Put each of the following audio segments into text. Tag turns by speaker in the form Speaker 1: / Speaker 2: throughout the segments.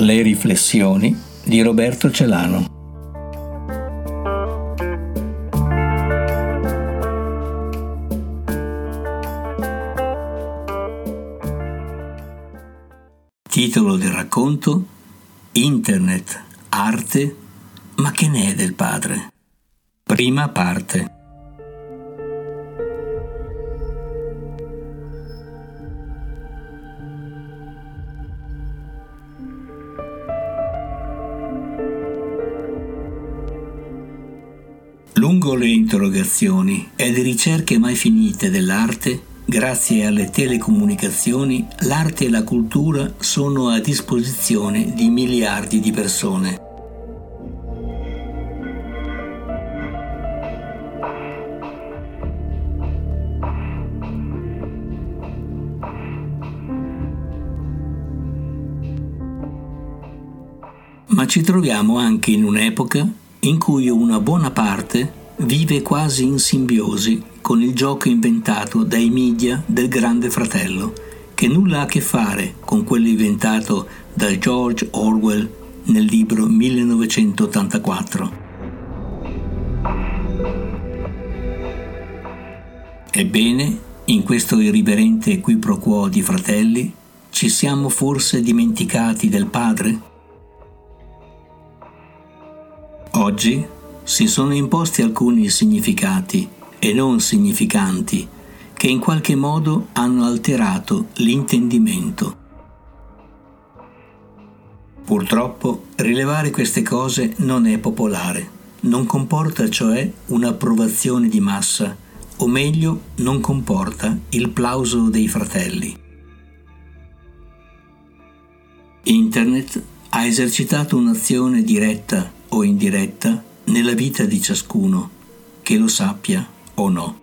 Speaker 1: Le riflessioni di Roberto Celano. Titolo del racconto: Internet, arte, ma che ne è del padre? Prima parte. Lungo le interrogazioni e le ricerche mai finite dell'arte, grazie alle telecomunicazioni, l'arte e la cultura sono a disposizione di miliardi di persone. Ma ci troviamo anche in un'epoca in cui una buona parte vive quasi in simbiosi con il gioco inventato dai media del Grande Fratello, che nulla ha a che fare con quello inventato da George Orwell nel libro 1984. Ebbene, in questo irriverente quiproquo di fratelli, ci siamo forse dimenticati del padre? Oggi si sono imposti alcuni significati e non significanti che in qualche modo hanno alterato l'intendimento. Purtroppo rilevare queste cose non è popolare, non comporta cioè un'approvazione di massa, o meglio non comporta il plauso dei fratelli. Internet ha esercitato un'azione diretta o indiretta nella vita di ciascuno, che lo sappia o no.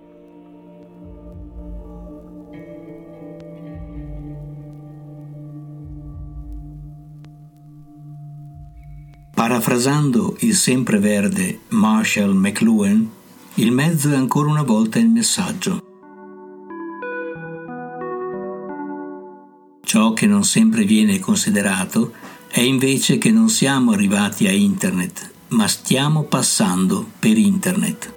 Speaker 1: Parafrasando il sempreverde Marshall McLuhan, il mezzo è ancora una volta il messaggio. Ciò che non sempre viene considerato è invece che non siamo arrivati a Internet, ma stiamo passando per Internet.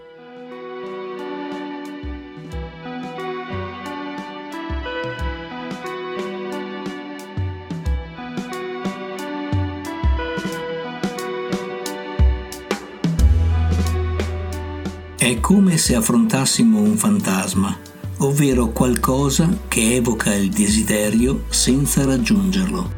Speaker 1: È come se affrontassimo un fantasma, ovvero qualcosa che evoca il desiderio senza raggiungerlo.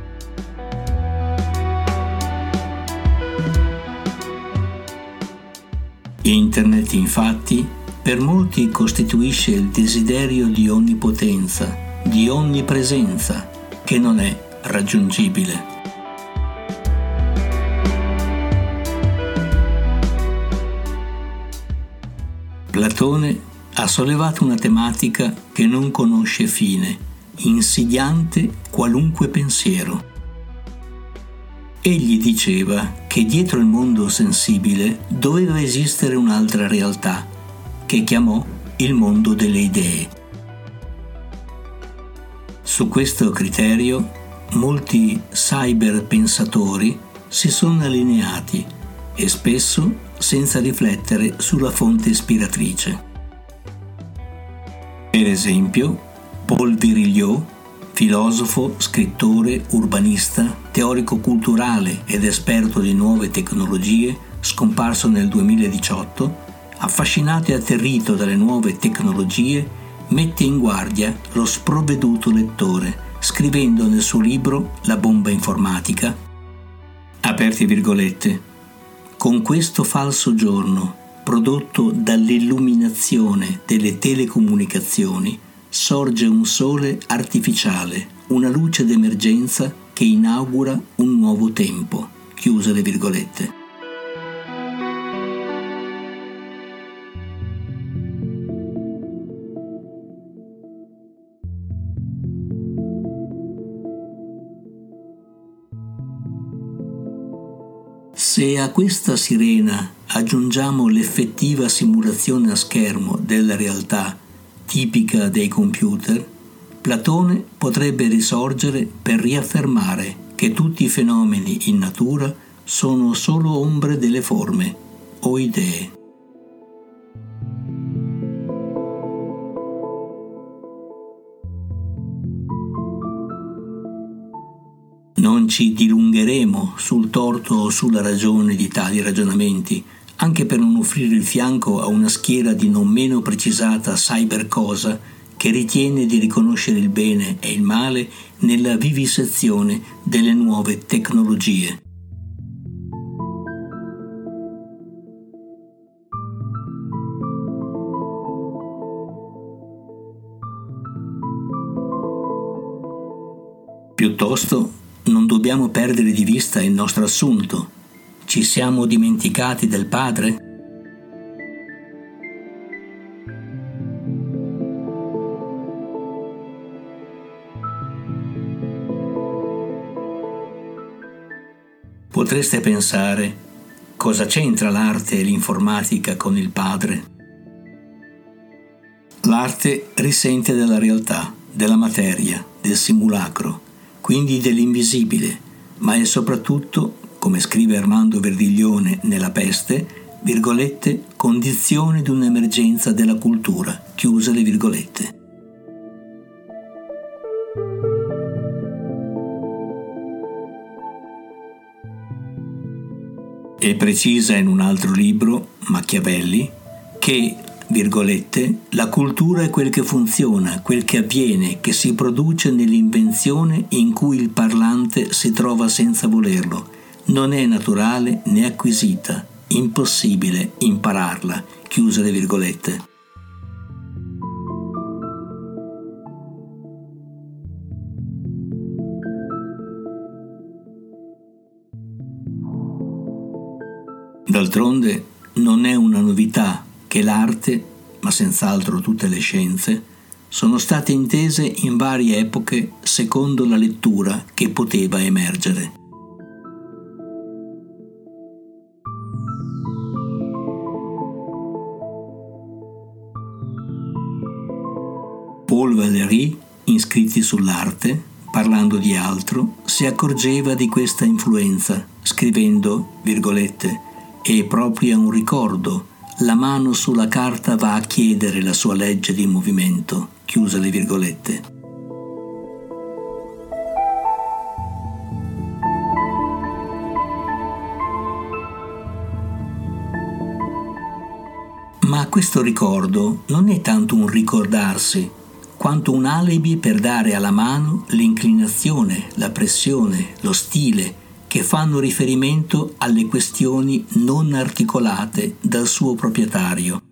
Speaker 1: Internet, infatti, per molti costituisce il desiderio di onnipotenza, di onnipresenza, che non è raggiungibile. Platone ha sollevato una tematica che non conosce fine, insidiante qualunque pensiero. Egli diceva che dietro il mondo sensibile doveva esistere un'altra realtà, che chiamò il mondo delle idee. Su questo criterio, molti cyberpensatori si sono allineati e spesso senza riflettere sulla fonte ispiratrice. Per esempio, Paul Virilio, filosofo, scrittore, urbanista, teorico culturale ed esperto di nuove tecnologie, scomparso nel 2018, affascinato e atterrito dalle nuove tecnologie, mette in guardia lo sprovveduto lettore, scrivendo nel suo libro La bomba informatica, aperti virgolette, con questo falso giorno, prodotto dall'illuminazione delle telecomunicazioni, sorge un sole artificiale, una luce d'emergenza che inaugura un nuovo tempo. Chiuse le virgolette. Se a questa sirena aggiungiamo l'effettiva simulazione a schermo della realtà tipica dei computer, Platone potrebbe risorgere per riaffermare che tutti i fenomeni in natura sono solo ombre delle forme o idee. Non ci dilungheremo sul torto o sulla ragione di tali ragionamenti, anche per non offrire il fianco a una schiera di non meno precisata cybercosa che ritiene di riconoscere il bene e il male nella vivisezione delle nuove tecnologie. Piuttosto, non dobbiamo perdere di vista il nostro assunto. Ci siamo dimenticati del Padre? Potreste pensare, cosa c'entra l'arte e l'informatica con il Padre? L'arte risente della realtà, della materia, del simulacro, quindi dell'invisibile, ma è soprattutto, come scrive Armando Verdiglione nella Peste, virgolette, condizione di un'emergenza della cultura, chiuse le virgolette. E precisa in un altro libro, Machiavelli, che, virgolette, la cultura è quel che funziona, quel che avviene, che si produce nell'invenzione in cui il parlante si trova senza volerlo. Non è naturale né acquisita, impossibile impararla, chiuse le virgolette. D'altronde non è una novità che l'arte, ma senz'altro tutte le scienze, sono state intese in varie epoche secondo la lettura che poteva emergere. Paul Valéry, in Scritti sull'arte, parlando di altro, si accorgeva di questa influenza, scrivendo, virgolette, «È proprio un ricordo, la mano sulla carta va a chiedere la sua legge di movimento», chiuse le virgolette. Ma questo ricordo non è tanto un ricordarsi, quanto un alibi per dare alla mano l'inclinazione, la pressione, lo stile che fanno riferimento alle questioni non articolate dal suo proprietario.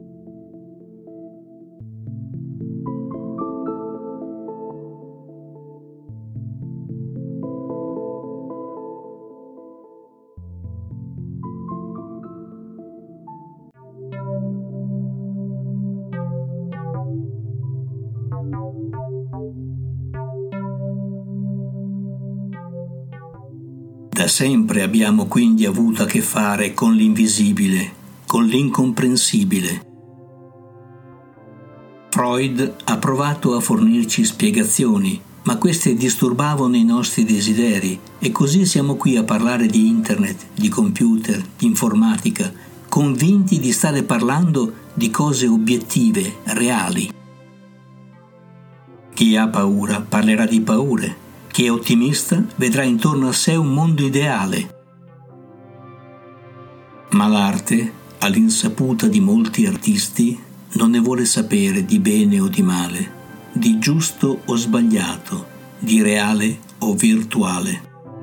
Speaker 1: Da sempre abbiamo quindi avuto a che fare con l'invisibile, con l'incomprensibile. Freud ha provato a fornirci spiegazioni, ma queste disturbavano i nostri desideri e così siamo qui a parlare di internet, di computer, di informatica, convinti di stare parlando di cose obiettive, reali. Chi ha paura parlerà di paure. Chi è ottimista vedrà intorno a sé un mondo ideale. Ma l'arte, all'insaputa di molti artisti, non ne vuole sapere di bene o di male, di giusto o sbagliato, di reale o virtuale.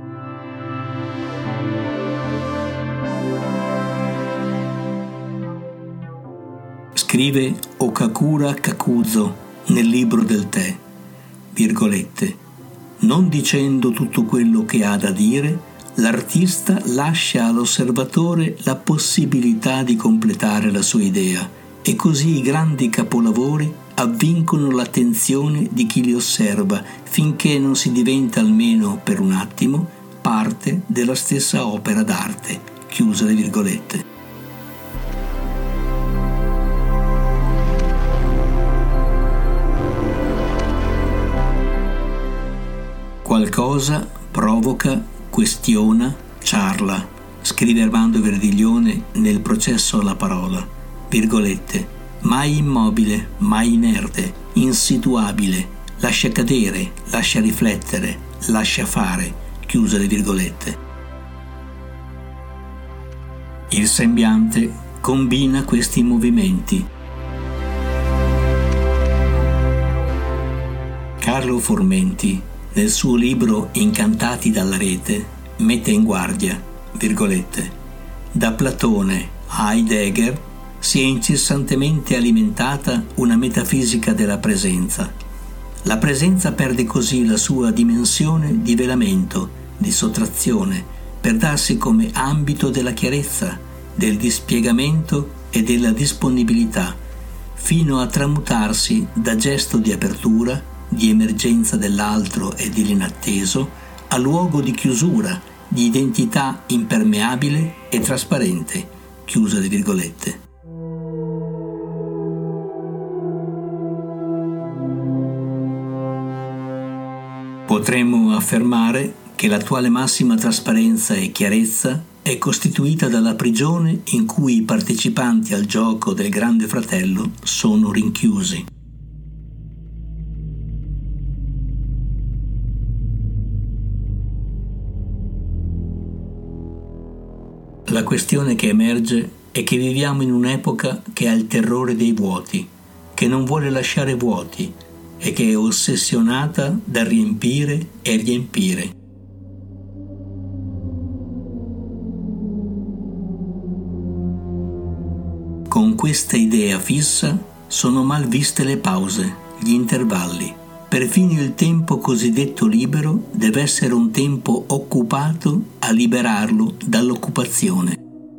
Speaker 1: Scrive Okakura Kakuzo nel libro del tè, virgolette, non dicendo tutto quello che ha da dire, l'artista lascia all'osservatore la possibilità di completare la sua idea e così i grandi capolavori avvincono l'attenzione di chi li osserva finché non si diventa almeno per un attimo parte della stessa opera d'arte. Chiuse le virgolette. Qualcosa provoca, questiona, ciarla, scrive Armando Verdiglione nel Processo alla parola, virgolette, mai immobile, mai inerte, insituabile, lascia cadere, lascia riflettere, lascia fare, chiuse le virgolette. Il sembiante combina questi movimenti. Carlo Formenti, nel suo libro Incantati dalla rete, mette in guardia, virgolette, da Platone a Heidegger si è incessantemente alimentata una metafisica della presenza. La presenza perde così la sua dimensione di velamento, di sottrazione, per darsi come ambito della chiarezza, del dispiegamento e della disponibilità, fino a tramutarsi da gesto di apertura, di emergenza dell'altro e dell'inatteso, a luogo di chiusura, di identità impermeabile e trasparente, chiuse le virgolette. Potremmo affermare che l'attuale massima trasparenza e chiarezza è costituita dalla prigione in cui i partecipanti al gioco del Grande Fratello sono rinchiusi. La questione che emerge è che viviamo in un'epoca che ha il terrore dei vuoti, che non vuole lasciare vuoti e che è ossessionata da riempire e riempire. Con questa idea fissa sono mal viste le pause, gli intervalli. Perfino il tempo cosiddetto libero deve essere un tempo occupato a liberarlo dall'occupazione.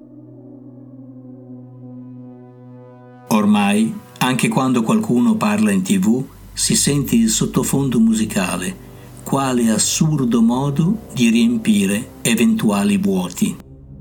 Speaker 1: Ormai, anche quando qualcuno parla in TV, si sente il sottofondo musicale, quale assurdo modo di riempire eventuali vuoti.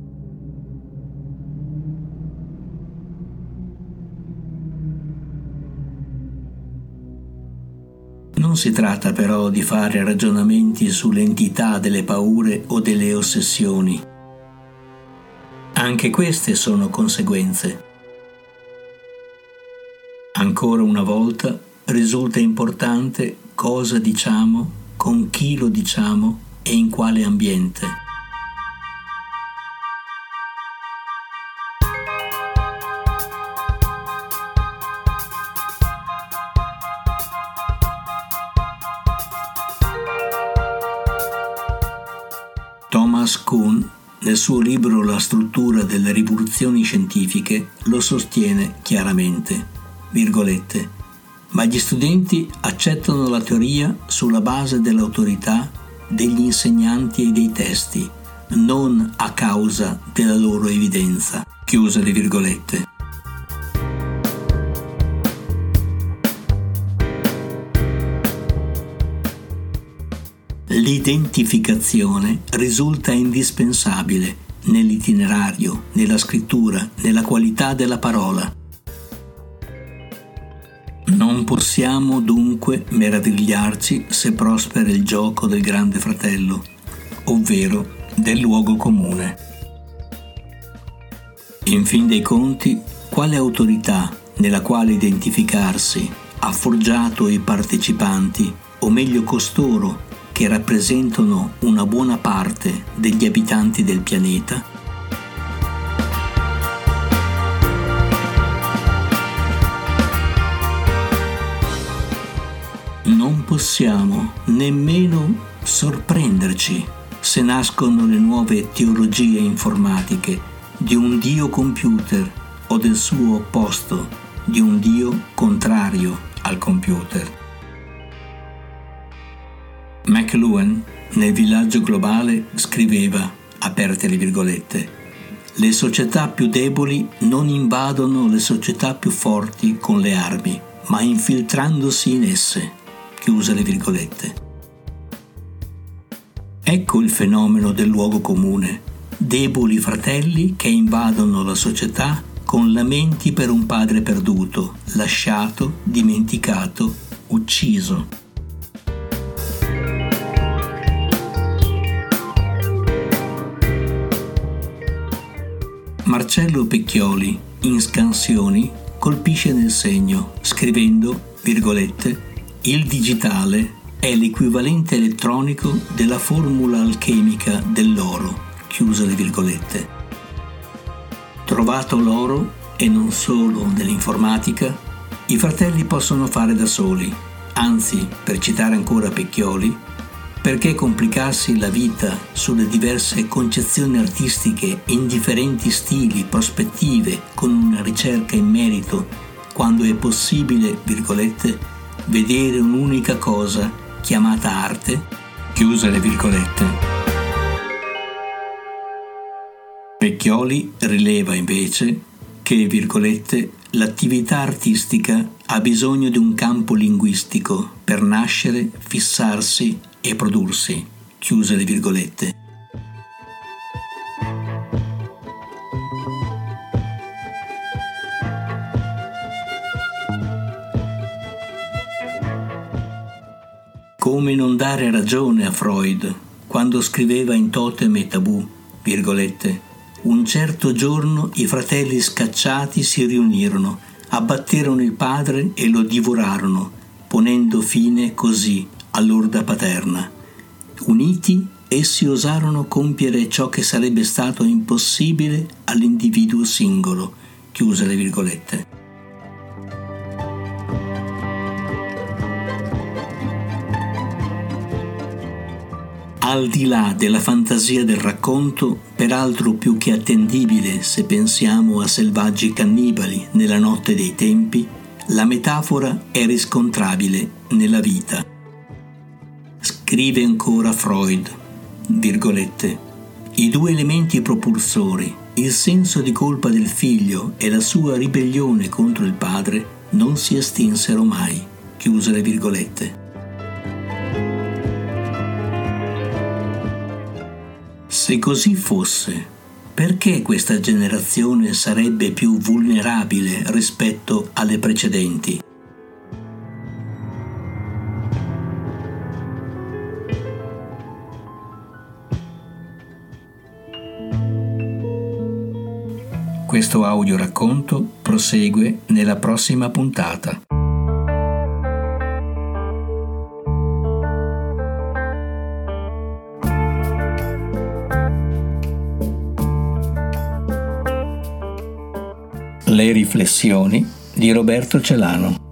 Speaker 1: Non si tratta però di fare ragionamenti sull'entità delle paure o delle ossessioni. Anche queste sono conseguenze. Ancora una volta risulta importante cosa diciamo, con chi lo diciamo e in quale ambiente. Thomas Kuhn, nel suo libro La struttura delle rivoluzioni scientifiche, lo sostiene chiaramente, virgolette, ma gli studenti accettano la teoria sulla base dell'autorità degli insegnanti e dei testi, non a causa della loro evidenza, chiuse le virgolette. L'identificazione risulta indispensabile nell'itinerario, nella scrittura, nella qualità della parola. Non possiamo dunque meravigliarci se prospera il gioco del Grande Fratello, ovvero del luogo comune. In fin dei conti, quale autorità nella quale identificarsi ha forgiato i partecipanti, o meglio costoro, che rappresentano una buona parte degli abitanti del pianeta? Non possiamo nemmeno sorprenderci se nascono le nuove teologie informatiche di un Dio computer o del suo opposto, di un Dio contrario al computer. McLuhan, nel Villaggio globale, scriveva, aperte le virgolette, le società più deboli non invadono le società più forti con le armi, ma infiltrandosi in esse, chiuse le virgolette. Ecco il fenomeno del luogo comune, deboli fratelli che invadono la società con lamenti per un padre perduto, lasciato, dimenticato, ucciso. Marcello Pecchioli, in Scansioni, colpisce nel segno, scrivendo, virgolette, «Il digitale è l'equivalente elettronico della formula alchemica dell'oro», chiuse le virgolette. Trovato l'oro, e non solo nell'informatica, i fratelli possono fare da soli, anzi, per citare ancora Pecchioli, perché complicarsi la vita sulle diverse concezioni artistiche in differenti stili, prospettive, con una ricerca in merito, quando è possibile, virgolette, vedere un'unica cosa chiamata arte, chiuse le virgolette. Pecchioli rileva invece che, virgolette, l'attività artistica ha bisogno di un campo linguistico per nascere, fissarsi e prodursi, chiuse le virgolette. Come non dare ragione a Freud quando scriveva in Totem e Tabù, virgolette, «Un certo giorno i fratelli scacciati si riunirono, abbatterono il padre e lo divorarono, ponendo fine così all'orda paterna. Uniti, essi osarono compiere ciò che sarebbe stato impossibile all'individuo singolo», chiuse le virgolette. Al di là della fantasia del racconto, peraltro più che attendibile se pensiamo a selvaggi cannibali nella notte dei tempi, la metafora è riscontrabile nella vita. Scrive ancora Freud, virgolette, «I due elementi propulsori, il senso di colpa del figlio e la sua ribellione contro il padre, non si estinsero mai», chiuse le virgolette. Se così fosse, perché questa generazione sarebbe più vulnerabile rispetto alle precedenti? Questo audioracconto prosegue nella prossima puntata. Le riflessioni di Roberto Celano.